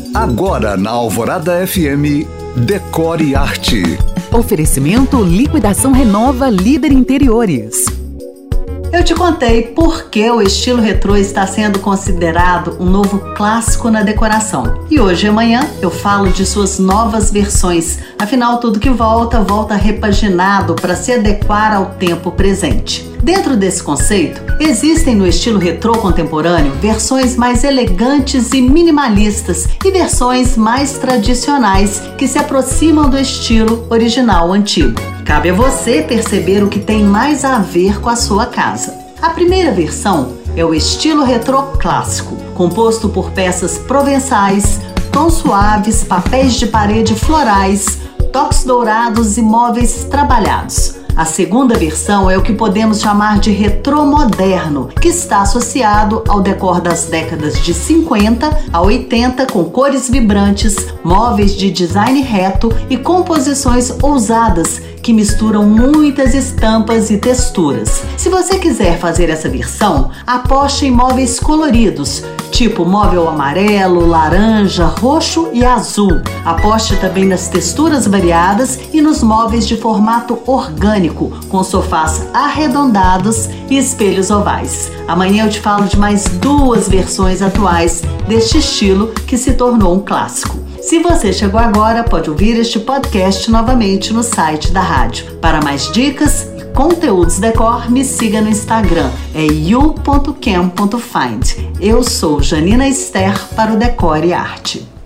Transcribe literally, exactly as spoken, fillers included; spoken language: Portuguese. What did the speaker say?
Agora na Alvorada F M, Decore Arte. Oferecimento Liquidação Renova Líder Interiores. Eu te contei por que o estilo retrô está sendo considerado um novo clássico na decoração. E hoje e amanhã eu falo de suas novas versões. Afinal, tudo que volta, volta repaginado para se adequar ao tempo presente. Dentro desse conceito, existem no estilo retrô contemporâneo versões mais elegantes e minimalistas e versões mais tradicionais que se aproximam do estilo original antigo. Cabe a você perceber o que tem mais a ver com a sua casa. A primeira versão é o estilo retrô clássico, composto por peças provençais, tons suaves, papéis de parede florais, toques dourados e móveis trabalhados. A segunda versão é o que podemos chamar de retrô moderno, que está associado ao decor das décadas de cinquenta a oitenta, com cores vibrantes, móveis de design reto e composições ousadas que misturam muitas estampas e texturas. Se você quiser fazer essa versão, aposte em móveis coloridos, tipo móvel amarelo, laranja, roxo e azul. Aposte também nas texturas variadas e nos móveis de formato orgânico, com sofás arredondados e espelhos ovais. Amanhã eu te falo de mais duas versões atuais deste estilo que se tornou um clássico. Se você chegou agora, pode ouvir este podcast novamente no site da rádio. Para mais dicas e conteúdos decor, me siga no Instagram, é you ponto cam ponto find. Eu sou Janina Esther para o Decore Arte.